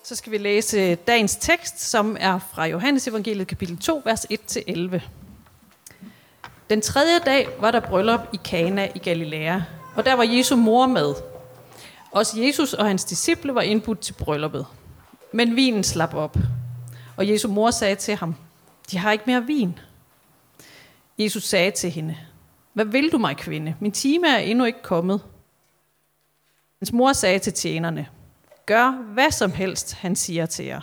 Så skal vi læse dagens tekst, som er fra Johannes evangeliet kapitel 2, vers 1-11. Den tredje dag var der bryllup i Kana i Galilea, og der var Jesu mor med. Også Jesus og hans disciple var indbudt til brylluppet. Men vinen slap op, og Jesu mor sagde til ham, de har ikke mere vin. Jesus sagde til hende, hvad vil du mig, kvinde? Min time er endnu ikke kommet. Hans mor sagde til tjenerne, gør hvad som helst, han siger til jer.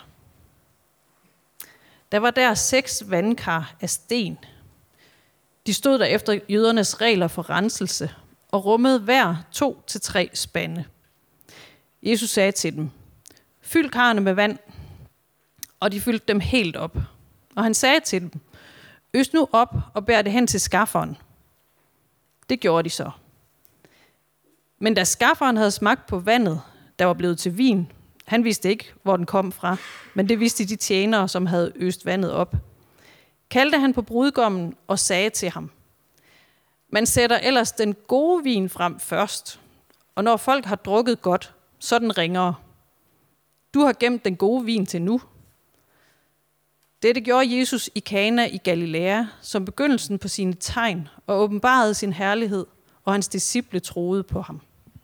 Der var der 6 vandkar af sten. De stod der efter jødernes regler for renselse, og rummede hver 2 til 3 spande. Jesus sagde til dem, fyld karrene med vand, og de fyldte dem helt op. Og han sagde til dem, øs nu op og bær det hen til skafferen. Det gjorde de så. Men da skafferen havde smagt på vandet, der var blevet til vin, han vidste ikke, hvor den kom fra, men det vidste de tjenere, som havde øst vandet op. Kaldte han på brudgommen og sagde til ham, man sætter ellers den gode vin frem først, og når folk har drukket godt, så den ringere. Du har gemt den gode vin til nu. Dette gjorde Jesus i Kana i Galilea, som begyndelsen på sine tegn, og åbenbarede sin herlighed, og hans disciple troede på ham.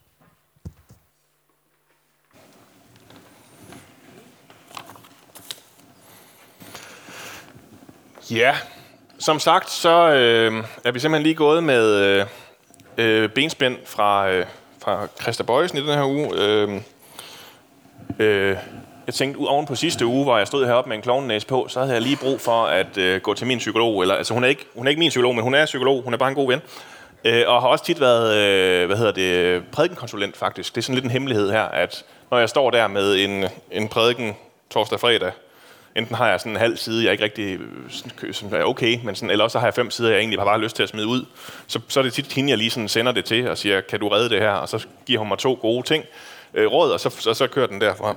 Ja, som sagt, så er vi simpelthen lige gået med benspænd fra Christa Bøjesen i den her uge. Jeg tænkte, oven på sidste uge, hvor jeg stod heroppe med en klovnenæse på, så havde jeg lige brug for at gå til min psykolog. Altså, hun er ikke min psykolog, men hun er psykolog. Hun er bare en god ven. Og har også tit været, prædikenkonsulent faktisk. Det er sådan lidt en hemmelighed her, at når jeg står der med en prædiken torsdag og fredag, enten har jeg sådan en halv side, jeg ikke rigtig som er okay, men sådan, eller også har jeg 5 sider, jeg egentlig har bare lyst til at smide ud. Så er det tit hende, jeg lige sådan sender det til og siger, kan du redde det her? Og så giver hun mig 2 gode ting, råd, og så kører den derfra.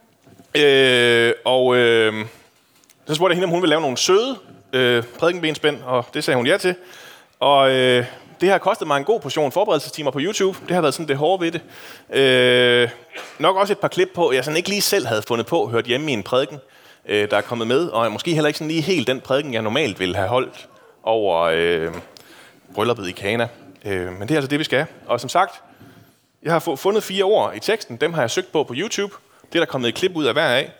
Så spurgte jeg hende, om hun ville lave nogle søde prædikenbenspænd, og det sagde hun ja til. Og det har kostet mig en god portion forberedelsestimer på YouTube. Det har været sådan det hårde ved det. Nok også et par klip på, jeg sådan ikke lige selv havde fundet på, hørt hjemme i en prædiken, der er kommet med, og måske heller ikke sådan lige helt den prædiken, jeg normalt ville have holdt over brylluppet i Kana. Men det er altså det, vi skal. Og som sagt, jeg har fundet 4 ord i teksten, dem har jeg søgt på YouTube. Det er der kommet et klip ud af hver af.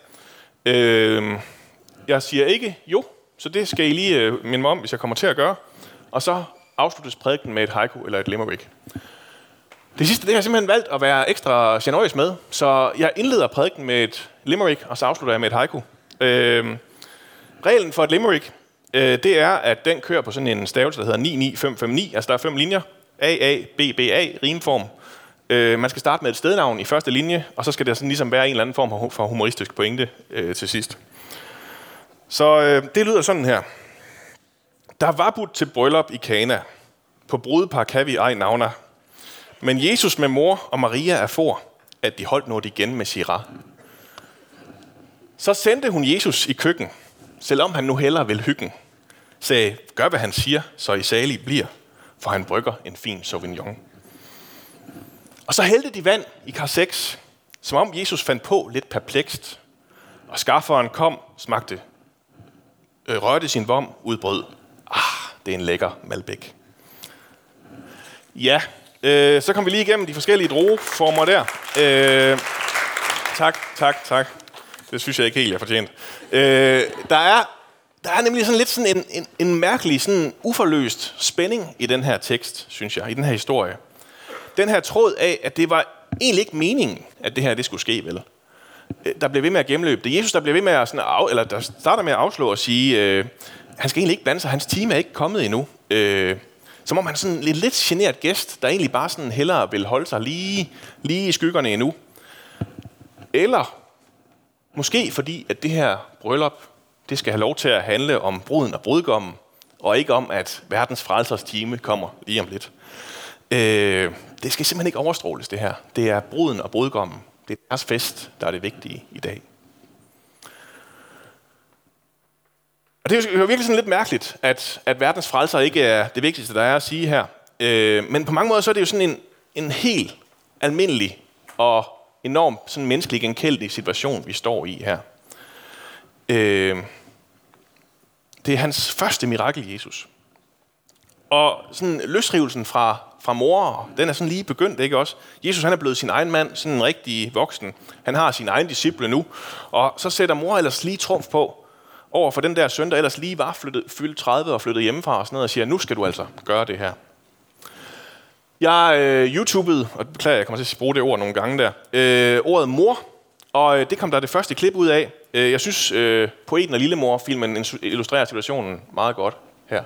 Jeg siger ikke jo, så det skal I lige minde mig om, hvis jeg kommer til at gøre. Og så afsluttes prædiken med et haiku eller et limerick. Det sidste, det har jeg simpelthen valgt at være ekstra generøs med, så jeg indleder prædiken med et limerick, og så afslutter jeg med et haiku. Reglen for et limerick, det er, at den kører på sådan en stavelse, der hedder 99559, altså der er 5 linjer, AA, BBA, rimform. Man skal starte med et stednavn i første linje, og så skal der sådan ligesom være en eller anden form for humoristisk pointe til sidst. Så det lyder sådan her. Der var budt til bryllup i Kana. På brudepar kan vi ej navner. Men Jesus med mor og Maria er for, at de holdt noget igen med Sira. Så sendte hun Jesus i køkken, selvom han nu hellere vil hyggen. Sagde, gør hvad han siger, så I salige bliver, for han brygger en fin sauvignon. Og så hældte de vand i kar 6, som om Jesus fandt på lidt perplekst. Og skafferen kom, smagte, rørte sin vom, udbrød. Det er en lækker Malbec. Ja, så kom vi lige igennem de forskellige drueformer der. Tak. Det synes jeg ikke helt, jeg fortjent. Der er nemlig sådan lidt sådan en mærkelig, sådan uforløst spænding i den her tekst, synes jeg, i den her historie. Den her tråd af, at det var egentlig ikke meningen, at det her det skulle ske, vel? Der blev ved med at gennemløbe det. Jesus, der blev ved med at der starter med at afslå og sige, han skal egentlig ikke blande sig, hans time er ikke kommet endnu. Som om han er sådan en lidt genert gæst, der egentlig bare sådan hellere vil holde sig lige i skyggerne endnu. Eller måske fordi, at det her bryllup, det skal have lov til at handle om bruden og brudgommen, og ikke om, at verdens frelsers time kommer lige om lidt. Det skal simpelthen ikke overstråles, det her. Det er bruden og brudgommen. Det er deres fest, der er det vigtige i dag. Og det er jo virkelig sådan lidt mærkeligt, at verdens frelser ikke er det vigtigste, der er at sige her. Men på mange måder så er det jo sådan en helt almindelig og enormt sådan menneskelig genkendelig situation, vi står i her. Det er hans første mirakel, Jesus. Og sådan løsrivelsen fra mor, den er sådan lige begyndt, ikke også? Jesus, han er blevet sin egen mand, sådan en rigtig voksen. Han har sin egen disciple nu. Og så sætter mor ellers lige trumf på over for den der søn, der ellers lige var fyldt 30 og flyttet hjemmefra og sådan noget, og siger, nu skal du altså gøre det her. Jeg YouTubede, og beklager, jeg kommer til at bruge det ord nogle gange der, ordet mor, og det kom der det første klip ud af. Jeg synes, Poeten og Lillemor-filmen illustrerer situationen meget godt her.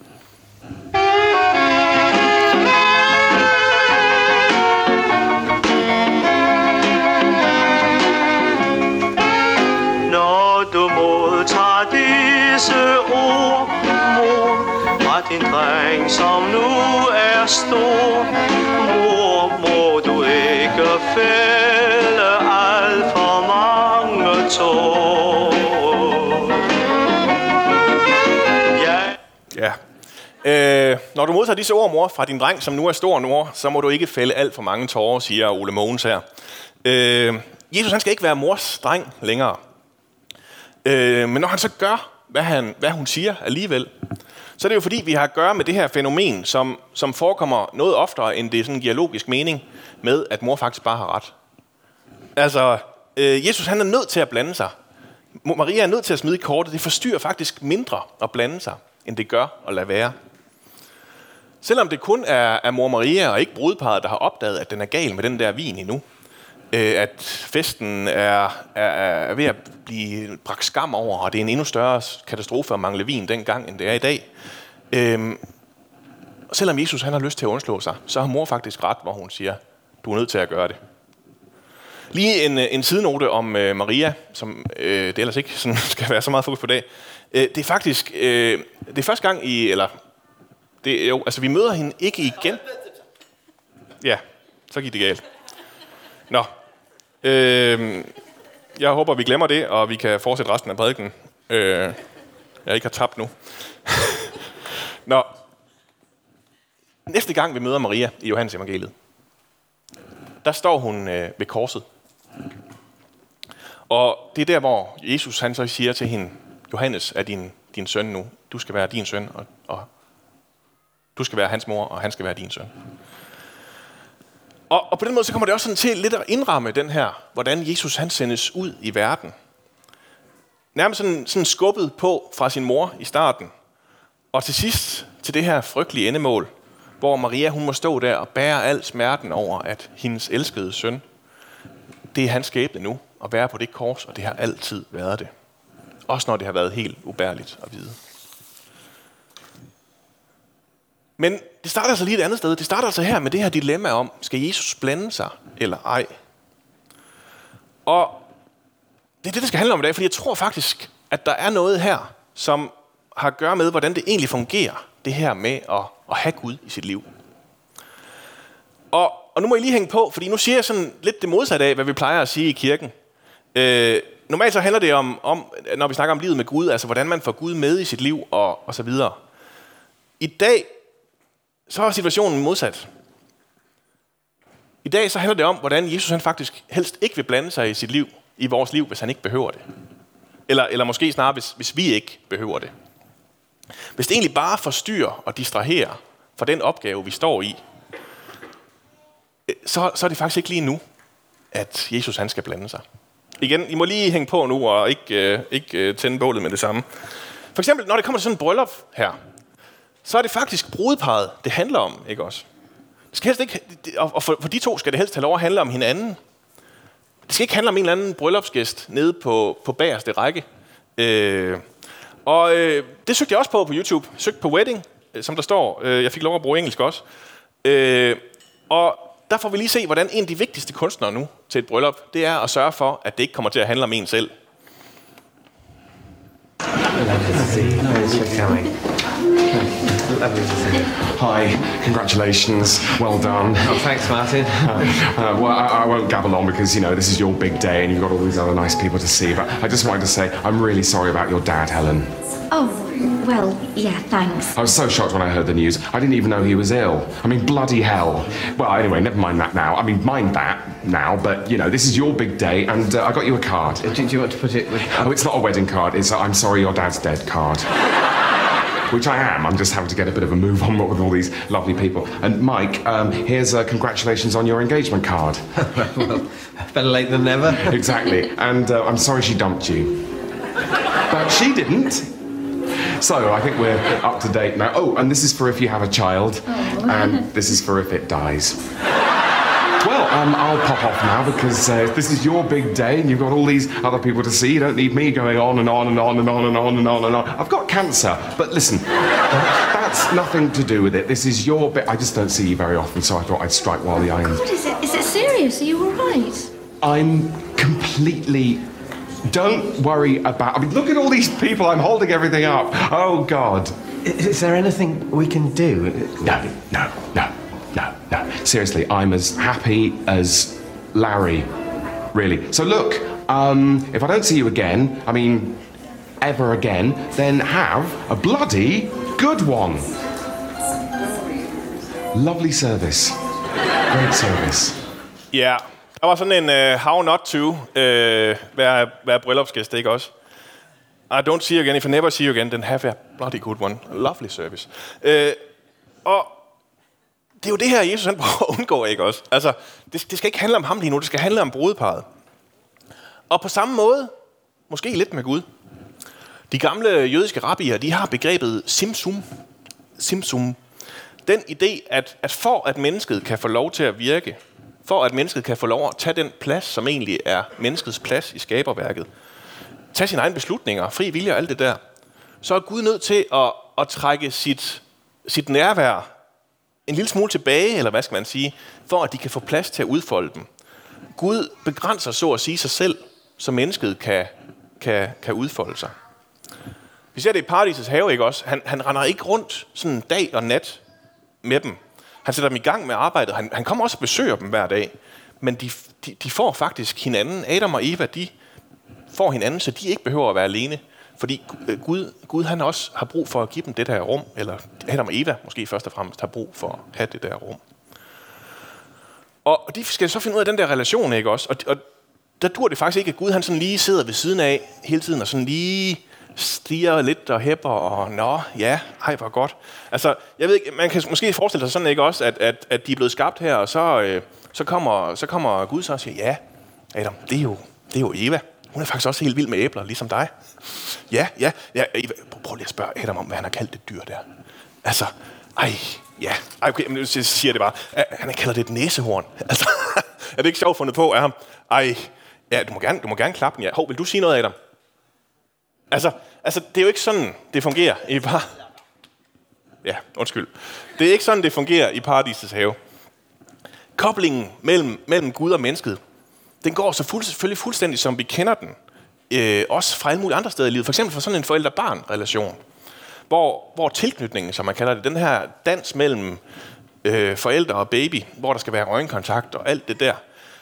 Når du modtager disse ord, mor, fra din dreng, som nu er stor, mor, må du ikke fælde alt for mange tår. Ja. Når du modtager disse ord, mor, fra din dreng, som nu er stor, mor, så må du ikke fælde alt for mange tårer, siger Ole Mogens her. Jesus, han skal ikke være mors dreng længere. Men når han så gør, hvad hun siger alligevel, så er det jo fordi, vi har at gøre med det her fænomen, som forekommer noget oftere, end det sådan giver logisk mening med, at mor faktisk bare har ret. Altså, Jesus, han er nødt til at blande sig. Maria er nødt til at smide kortet. Det forstyrrer faktisk mindre at blande sig, end det gør at lade være. Selvom det kun er mor Maria og ikke brudeparret, der har opdaget, at den er gal med den der vin endnu, at festen er ved at blive bragt skam over, og det er en endnu større katastrofe at mangle vin dengang, end det er i dag. Selvom Jesus han har lyst til at undslå sig, så har mor faktisk ret, hvor hun siger, du er nødt til at gøre det. Lige en sidenote om Maria, som det ellers ikke sådan, skal være så meget fokus på det. Det er faktisk det er første gang vi møder hende ikke igen. Ja, så gik det galt. Nå. Jeg håber, vi glemmer det, og vi kan fortsætte resten af prædiken. Jeg ikke har tabt nu. Nå. Næste gang vi møder Maria i Johannes evangeliet, der står hun ved korset. Og det er der, hvor Jesus han så siger til hende, Johannes er din søn nu. Du skal være din søn, og du skal være hans mor, og han skal være din søn. Og på den måde så kommer det også sådan til lidt at indramme den her, hvordan Jesus han sendes ud i verden. Nærmest sådan skubbet på fra sin mor i starten. Og til sidst til det her frygtelige endemål, hvor Maria hun må stå der og bære al smerten over, at hendes elskede søn, det er hans skæbne nu, at være på det kors, og det har altid været det. Også når det har været helt ubærligt at vide. Men det starter altså lige et andet sted. Det starter altså her med det her dilemma om, skal Jesus blande sig eller ej? Og det er det skal handle om i dag, fordi jeg tror faktisk, at der er noget her, som har at gøre med, hvordan det egentlig fungerer, det her med at have Gud i sit liv. Og nu må I lige hænge på, fordi nu siger jeg sådan lidt det modsatte af, hvad vi plejer at sige i kirken. Normalt så handler det om, når vi snakker om livet med Gud, altså hvordan man får Gud med i sit liv og så videre. I dag, så er situationen modsat. I dag så handler det om, hvordan Jesus han faktisk helst ikke vil blande sig i sit liv, i vores liv, hvis han ikke behøver det. Eller måske snarere, hvis vi ikke behøver det. Hvis det egentlig bare forstyrrer og distraherer fra den opgave, vi står i, så er det faktisk ikke lige nu, at Jesus han skal blande sig. Igen, I må lige hænge på nu og ikke tænde bålet med det samme. For eksempel, når det kommer til sådan en bryllup her, så er det faktisk brudeparret, det handler om, ikke også? Det skal helst ikke, og for de to skal det helst have lov at handle om hinanden. Det skal ikke handle om en eller anden bryllupsgæst nede på bagerste række. Det søgte jeg også på YouTube. Jeg søgte på wedding, som der står. Jeg fik lov at bruge engelsk også. Og der får vi lige se, hvordan en af de vigtigste kunstnere nu til et bryllup, det er at sørge for, at det ikke kommer til at handle om en selv. Lovely to see you. Hi, congratulations, well done. Oh, thanks, Martin. Well, I won't gabble on because, you know, this is your big day and you've got all these other nice people to see, but I just wanted to say I'm really sorry about your dad, Helen. Oh, well, yeah, thanks. I was so shocked when I heard the news. I didn't even know he was ill. I mean, bloody hell. Well, anyway, never mind that now. I mean, mind that now, but, you know, this is your big day and I got you a card. Do you want to put it with... Oh, it's not a wedding card. It's a I'm sorry your dad's dead card. Which I am. I'm just having to get a bit of a move on with all these lovely people. And Mike, here's congratulations on your engagement card. Well, better late than never. Exactly. And I'm sorry she dumped you. But she didn't. So I think we're up to date now. Oh, and this is for if you have a child. Oh. And this is for if it dies. Well, I'll pop off now because this is your big day and you've got all these other people to see. You don't need me going on and on and on and on and on and on and on. I've got cancer, but listen, that's nothing to do with it. This is your bit. I just don't see you very often, so I thought I'd strike while the iron's... What is it? Is it serious? Are you all right? I'm completely... Don't worry about... I mean, look at all these people. I'm holding everything up. Oh, God. Is there anything we can do? No. Seriously, I'm as happy as Larry, really. So look, if I don't see you again, I mean, ever again, then have a bloody good one. Lovely service. Great service. Ja, der var sådan en how not to være bryllupsgæst, ikke også? I don't see you again, if I never see you again, then have a bloody good one. Lovely service. Og det er jo det her, Jesus han prøver at undgå, ikke også? Altså, det skal ikke handle om ham lige nu, det skal handle om brudeparret. Og på samme måde, måske lidt med Gud. De gamle jødiske rabbier, de har begrebet simsum. Den idé, at for at mennesket kan få lov til at virke, for at mennesket kan få lov at tage den plads, som egentlig er menneskets plads i skaberværket, tage sine egne beslutninger, fri vilje og alt det der, så er Gud nødt til at trække sit nærvær en lille smule tilbage, eller hvad skal man sige, for at de kan få plads til at udfolde dem. Gud begrænser så at sige sig selv, så mennesket kan udfolde sig. Vi ser det i Paradisets have, ikke også? Han render ikke rundt sådan dag og nat med dem. Han sætter dem i gang med arbejdet. Han kommer også og besøger dem hver dag. Men de får faktisk hinanden. Adam og Eva, de får hinanden, så de ikke behøver at være alene. Fordi Gud han også har brug for at give dem det der rum. Eller Adam og Eva måske først og fremmest har brug for at have det der rum. Og de skal så finde ud af den der relation, ikke også? Og der dur det faktisk ikke, at Gud han sådan lige sidder ved siden af hele tiden og sådan lige stiger lidt og hæpper og nå, ja, hej, hvor godt. Altså, jeg ved ikke, man kan måske forestille sig sådan ikke også, at de er blevet skabt her, og så kommer Gud så og siger, ja, Adam, det er jo Eva. Hun er faktisk også helt vild med æbler, ligesom dig. Ja, Eva, prøv lige at spørge Adam om, hvad han har kaldt det dyr der. Altså, okay, men så siger det bare. Han kalder det et næsehorn. Altså, er det ikke sjovt fundet på af ham? Ja, du må gerne klappe den, ja. Hov, vil du sige noget, Adam? Altså, det er jo ikke sådan, det fungerer i Ja, undskyld. Det er ikke sådan, det fungerer i Paradisets have. Koblingen mellem Gud og mennesket, den går så selvfølgelig fuldstændig, som vi kender den. Også fra alle mulige andre steder i livet. For eksempel fra sådan en forældre-barn-relation. Hvor tilknytningen, som man kalder det, den her dans mellem forældre og baby, hvor der skal være øjenkontakt og alt det der,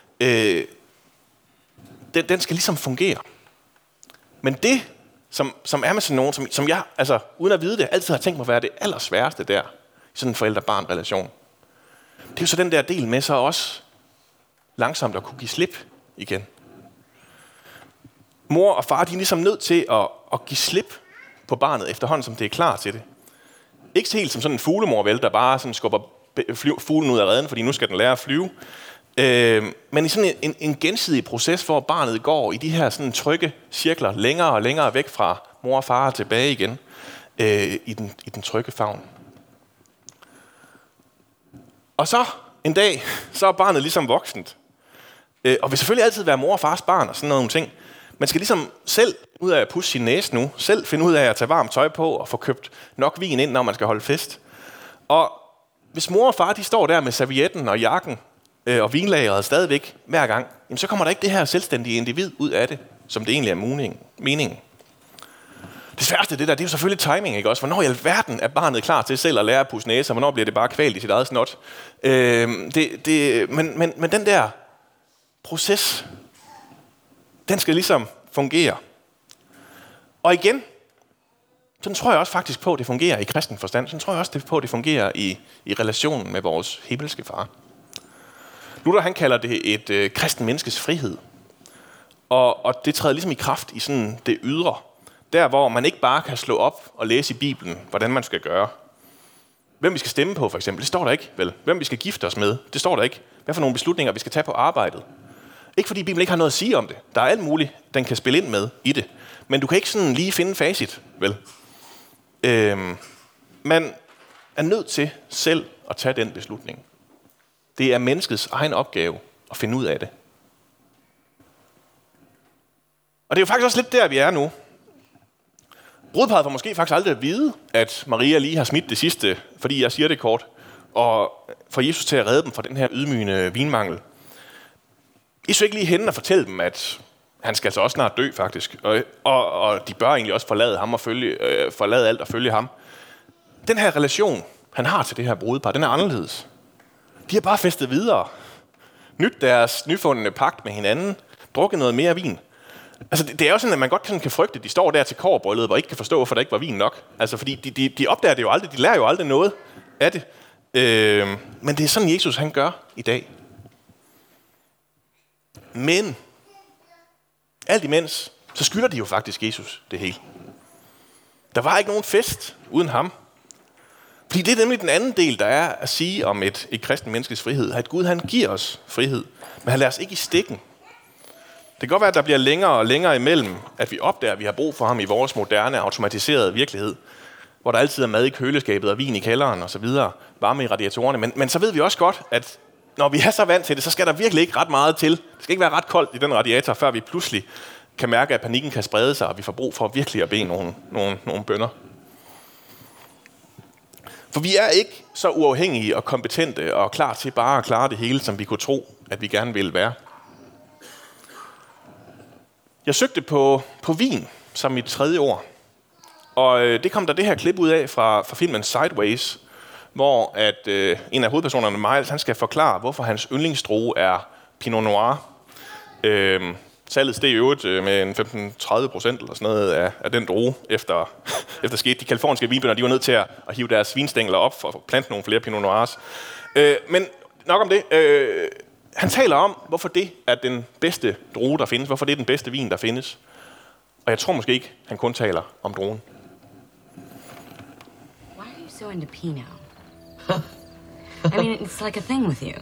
den skal ligesom fungere. Men det, som er med sådan nogen, som jeg, altså uden at vide det, altid har tænkt mig at være det allersværeste der, i sådan en forældre-barn-relation, det er jo så den der del med så også langsomt at kunne give slip igen. Mor og far, de er ligesom nødt til at give slip på barnet efterhånden, som det er klar til det. Ikke helt som sådan en fuglemor, vel, der bare sådan skubber fuglen ud af reden, fordi nu skal den lære at flyve. Men i sådan en gensidig proces, hvor barnet går i de her sådan trygge cirkler længere og længere væk fra mor og far og tilbage igen i den trygge favn. Og så en dag, så er barnet ligesom voksent. Og vil selvfølgelig altid være mor og fars barn og sådan nogle ting. Man skal ligesom selv ud af at pusse sin næse nu, selv finde ud af at tage varmt tøj på og få købt nok vin ind, når man skal holde fest. Og hvis mor og far de står der med servietten og jakken og vinlageret stadigvæk hver gang, jamen, så kommer der ikke det her selvstændige individ ud af det, som det egentlig er meningen. Det sværeste det er jo selvfølgelig timing, ikke også? Hvornår i alverden er barnet klar til selv at lære at pusse næse, og hvornår bliver det bare kvalt i sit eget snot? Men den der proces, den skal ligesom fungere. Og igen, sådan tror jeg også faktisk på, at det fungerer i kristen forstand. Sådan tror jeg også på, at det fungerer i relationen med vores himmelske far. Luther han kalder det et kristen menneskes frihed. Og det træder ligesom i kraft i sådan det ydre. Der, hvor man ikke bare kan slå op og læse i Bibelen, hvordan man skal gøre. Hvem vi skal stemme på, for eksempel, det står der ikke, vel? Hvem vi skal gifte os med, det står der ikke. Hvad for nogle beslutninger, vi skal tage på arbejdet. Ikke fordi Bibelen ikke har noget at sige om det. Der er alt muligt, den kan spille ind med i det. Men du kan ikke sådan lige finde facit, vel? Man er nødt til selv at tage den beslutning. Det er menneskets egen opgave at finde ud af det. Og det er jo faktisk også lidt der, vi er nu. Brudeparret får måske faktisk aldrig at vide, at Maria lige har smidt det sidste, fordi jeg siger det kort, og får Jesus til at redde dem fra den her ydmygende vinmangel. Jesus ikke lige hende og fortælle dem, at han skal altså også snart dø, faktisk. Og de bør egentlig også forlade ham og forlade alt og følge ham. Den her relation, han har til det her brudepar, den er anderledes. De har bare festet videre. Nyt deres nyfundne pagt med hinanden. Drukket noget mere vin. Altså, det er jo sådan, at man godt kan frygte, at de står der til kobberbrylluppet og ikke kan forstå, hvorfor der ikke var vin nok. Altså, fordi de opdager det jo aldrig. De lærer jo aldrig noget af det. Men det er sådan, Jesus han gør i dag. Men alt imens, så skylder de jo faktisk Jesus det hele. Der var ikke nogen fest uden ham. Fordi det er nemlig den anden del, der er at sige om et kristen menneskes frihed. At Gud han giver os frihed, men han lader os ikke i stikken. Det kan godt være, at der bliver længere og længere imellem, at vi opdager, at vi har brug for ham i vores moderne, automatiserede virkelighed, hvor der altid er mad i køleskabet og vin i kælderen osv., varme i radiatorerne. Men så ved vi også godt, at når vi er så vant til det, så skal der virkelig ikke ret meget til. Det skal ikke være ret koldt i den radiator, før vi pludselig kan mærke, at panikken kan sprede sig, og vi får brug for virkelig at bede nogle bønner. For vi er ikke så uafhængige og kompetente og klar til bare at klare det hele, som vi kunne tro, at vi gerne ville være. Jeg søgte på vin som mit tredje ord, og det kom der det her klip ud af fra filmen Sideways, hvor at en af hovedpersonerne, Miles, han skal forklare, hvorfor hans yndlingsdrue er Pinot Noir. Salget steg i øvrigt med en 15-30% eller sådan noget af den drue, efter skete. De kaliforniske vinbønder, de var nødt til at hive deres vinstængler op for at plante nogle flere Pinot Noirs. Men nok om det. Han taler om, hvorfor det er den bedste drue, der findes. Hvorfor det er den bedste vin, der findes. Og jeg tror måske ikke, han kun taler om druen. Why are you so into Pinot? I mean, it's like a thing with you.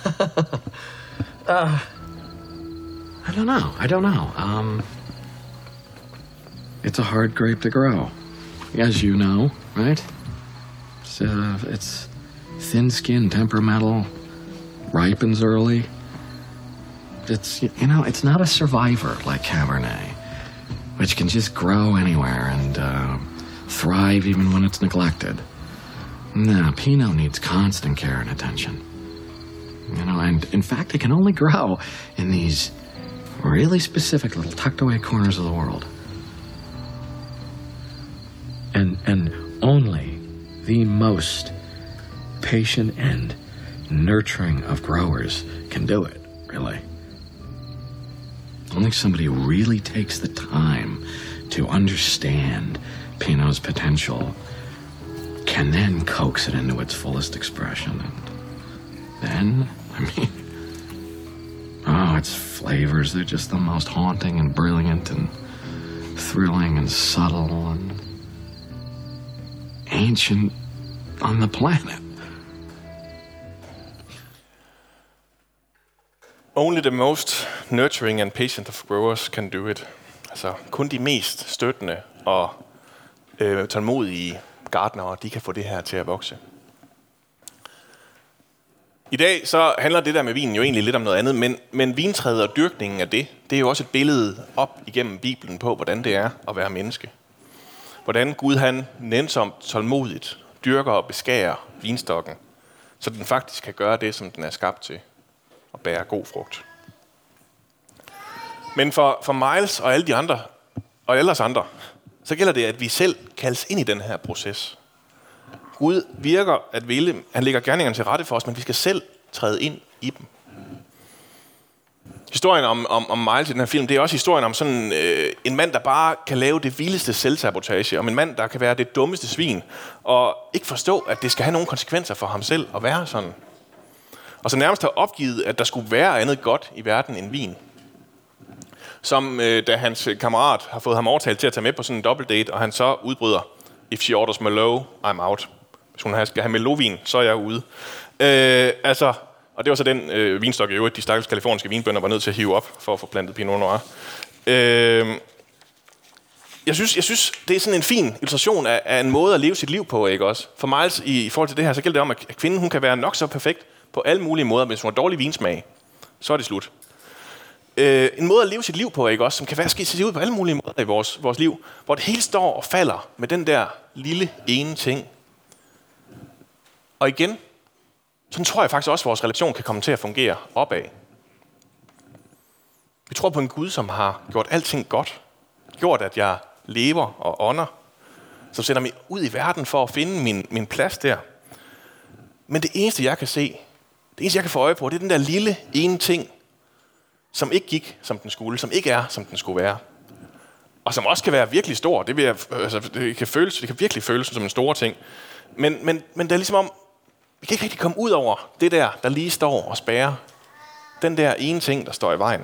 I don't know. It's a hard grape to grow, as you know, right? It's thin-skinned, temperamental, ripens early. It's not a survivor like Cabernet, which can just grow anywhere and thrive even when it's neglected. No, Pinot needs constant care and attention. And in fact, it can only grow in these really specific little tucked away corners of the world. And only the most patient and nurturing of growers can do it, really. Only somebody who really takes the time to understand Pinot's potential can then coax it into its fullest expression. And then, its flavors, they're just the most haunting and brilliant and thrilling and subtle and ancient on the planet. Only the most nurturing and patient of growers can do it. Altså, kun de mest støttende og tålmodige gartnere, de kan få det her til at vokse. I dag så handler det der med vinen jo egentlig lidt om noget andet, men vintræet og dyrkningen af det er jo også et billede op igennem Bibelen på, hvordan det er at være menneske. Hvordan Gud han nænsomt, tålmodigt dyrker og beskærer vinstokken, så den faktisk kan gøre det, som den er skabt til, at bære god frugt. Men for Miles og alle de andre, og alle os andre, så gælder det, at vi selv kaldes ind i den her proces. Gud virker at ville, han lægger gerningerne til rette for os, men vi skal selv træde ind i dem. Historien om Miles i den her film, det er også historien om sådan en mand, der bare kan lave det vildeste selvsabotage, om en mand, der kan være det dummeste svin, og ikke forstå, at det skal have nogle konsekvenser for ham selv at være sådan. Og så nærmest har opgivet, at der skulle være andet godt i verden end vin. Som da hans kammerat har fået ham overtalt til at tage med på sådan en dobbeltdate, og han så udbryder, if she orders Merlot, I'm out. Hvis hun skal have Merlot-vin, så er jeg ude. Og det var så den vinstok i øvrigt, de stakkels kaliforniske vinbønder var nødt til at hive op, for at få plantet Pinot Noir. Jeg synes, det er sådan en fin illustration af en måde at leve sit liv på, ikke også? For Miles, i forhold til det her, så gælder det om, at kvinden hun kan være nok så perfekt på alle mulige måder, men hvis hun har dårlig vinsmag, så er det slut. En måde at leve sit liv på, ikke også? Som kan være se ud på alle mulige måder i vores liv, hvor det hele står og falder med den der lille ene ting. Og igen, sådan tror jeg faktisk også, at vores relation kan komme til at fungere opad. Vi tror på en Gud, som har gjort alting godt. Gjort, at jeg lever og ånder. Som sender mig ud i verden for at finde min plads der. Men det eneste, jeg kan se, det eneste, jeg kan få øje på, det er den der lille ene ting, som ikke gik, som den skulle. Som ikke er, som den skulle være. Og som også kan være virkelig stor. Det kan virkelig føles som en stor ting. Men det er ligesom om, vi kan ikke rigtig komme ud over det der lige står og spærrer. Den der ene ting, der står i vejen.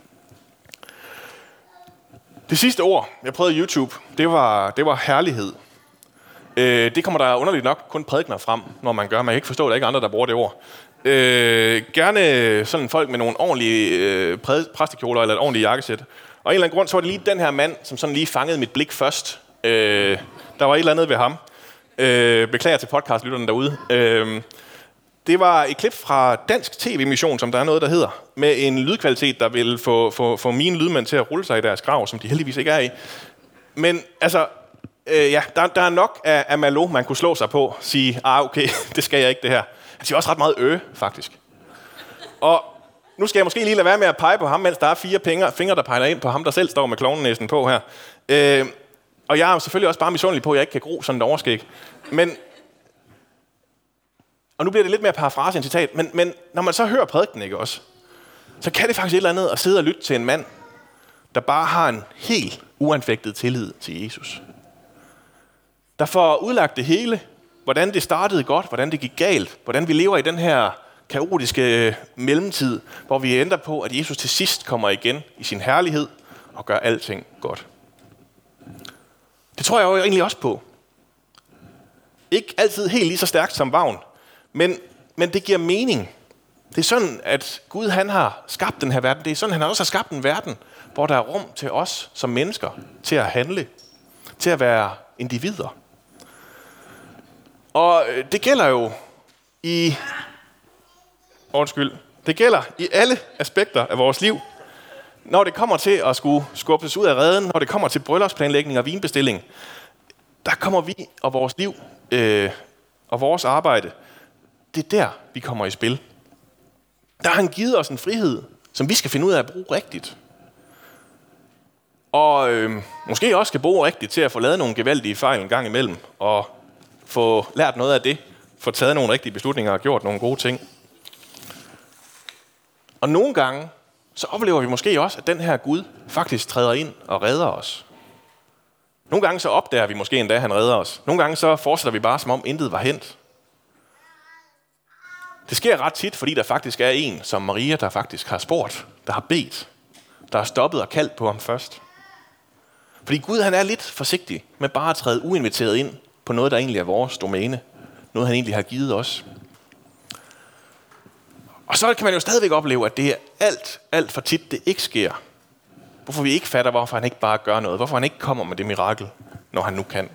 Det sidste ord, jeg prøvede YouTube, det var herlighed. Det kommer der underligt nok kun prædikener frem, når man gør. Man kan ikke forstå, at der ikke er andre, der bruger det ord. Gerne sådan folk med nogle ordentlige præstekjoler eller et ordentligt jakkesæt. Og af en eller anden grund, så var det lige den her mand, som sådan lige fangede mit blik først. Der var et eller andet ved ham. Beklager til podcastlytterne derude. Det var et klip fra Dansk TV-mission, som der er noget, der hedder, med en lydkvalitet, der vil få mine lydmænd til at rulle sig i deres grav, som de heldigvis ikke er i. Men altså, der er nok af Malo, man kunne slå sig på, sige, okay, det skal jeg ikke det her. Han siger også ret meget faktisk. Og nu skal jeg måske lige lade være med at pege på ham, mens der er 4 fingre, der peger ind på ham, der selv står med klovnenæsen på her. Og jeg er selvfølgelig også bare misundelig på, at jeg ikke kan gro sådan et overskæg. Og nu bliver det lidt mere parafrase end citat, men når man så hører prædiken, ikke også, så kan det faktisk et eller andet at sidde og lytte til en mand, der bare har en helt uanfægtet tillid til Jesus. Der får udlagt det hele, hvordan det startede godt, hvordan det gik galt, hvordan vi lever i den her kaotiske mellemtid, hvor vi ender på, at Jesus til sidst kommer igen i sin herlighed og gør alting godt. Det tror jeg jo egentlig også på. Ikke altid helt lige så stærkt som Vagn, men det giver mening. Det er sådan, at Gud han har skabt den her verden. Det er sådan, han også har skabt en verden, hvor der er rum til os som mennesker, til at handle, til at være individer. Og det gælder jo det gælder i alle aspekter af vores liv. Når det kommer til at skulle skubbes ud af reden, når det kommer til bryllupsplanlægning og vinbestilling, der kommer vi og vores liv og vores arbejde, det er der, vi kommer i spil. Der har han givet os en frihed, som vi skal finde ud af at bruge rigtigt. Og måske også skal bruge rigtigt til at få lavet nogle gevaldige fejl en gang imellem, og få lært noget af det, få taget nogle rigtige beslutninger og gjort nogle gode ting. Og nogle gange, så oplever vi måske også, at den her Gud faktisk træder ind og redder os. Nogle gange så opdager vi måske endda, at han redder os. Nogle gange så fortsætter vi bare, som om intet var hent. Det sker ret tit, fordi der faktisk er en, som Maria, der faktisk har spurgt, der har bedt, der har stoppet og kaldt på ham først. Fordi Gud, han er lidt forsigtig med bare at træde uinviteret ind på noget, der egentlig er vores domæne. Noget, han egentlig har givet os. Og så kan man jo stadigvæk opleve, at det er alt for tit, det ikke sker. Hvorfor vi ikke fatter, hvorfor han ikke bare gør noget. Hvorfor han ikke kommer med det mirakel, når han nu kan.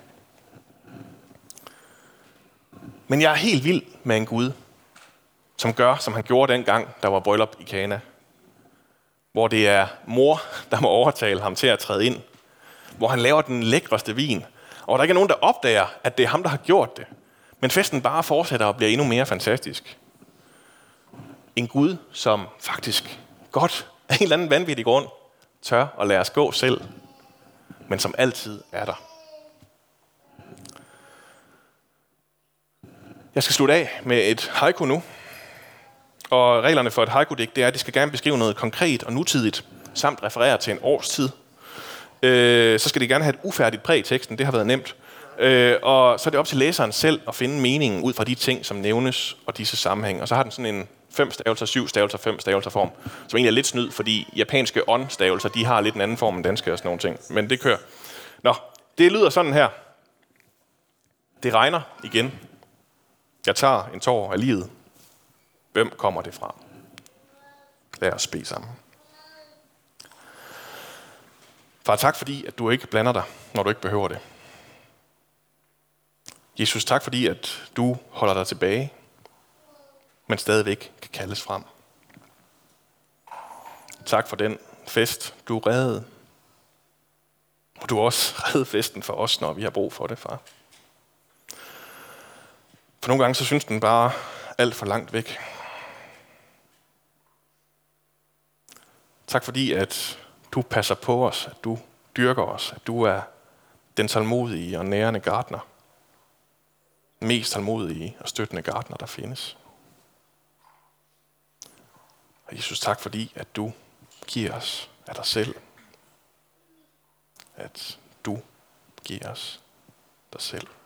Men jeg er helt vild med en Gud, som gør, som han gjorde dengang, der var bryllup i Kana. Hvor det er mor, der må overtale ham til at træde ind. Hvor han laver den lækreste vin. Og der ikke er nogen, der opdager, at det er ham, der har gjort det. Men festen bare fortsætter og bliver endnu mere fantastisk. En Gud, som faktisk godt af en eller anden vanvittig grund tør at lade os gå selv, men som altid er der. Jeg skal slutte af med et haiku nu. Og reglerne for et haiku-digt, det er, at de skal gerne beskrive noget konkret og nutidigt, samt referere til en årstid. Så skal de gerne have et ufærdigt præg i teksten, det har været nemt. Og så er det op til læseren selv at finde meningen ud fra de ting, som nævnes og disse sammenhæng. Og så har den sådan en 5 stavelser, 7 stavelser, 5 stavelser form, som egentlig er lidt snyd, fordi japanske on-stavelser, de har lidt en anden form end danske og sådan nogle ting. Men det kører. Nå, det lyder sådan her. Det regner igen. Jeg tager en tår af livet. Hvem kommer det fra? Lad os bede sammen. Far, tak fordi, at du ikke blander dig, når du ikke behøver det. Jesus, tak fordi, at du holder dig tilbage, men stadigvæk kan kaldes frem. Tak for den fest, du reddede. Og du også redde festen for os, når vi har brug for det, far. For nogle gange, så synes den bare alt for langt væk. Tak fordi, at du passer på os, at du dyrker os, at du er den tålmodige og nærende gartner. Mest tålmodige og støttende gartner, der findes. Og Jesus, tak fordi, at du giver os af dig selv. At du giver os dig selv.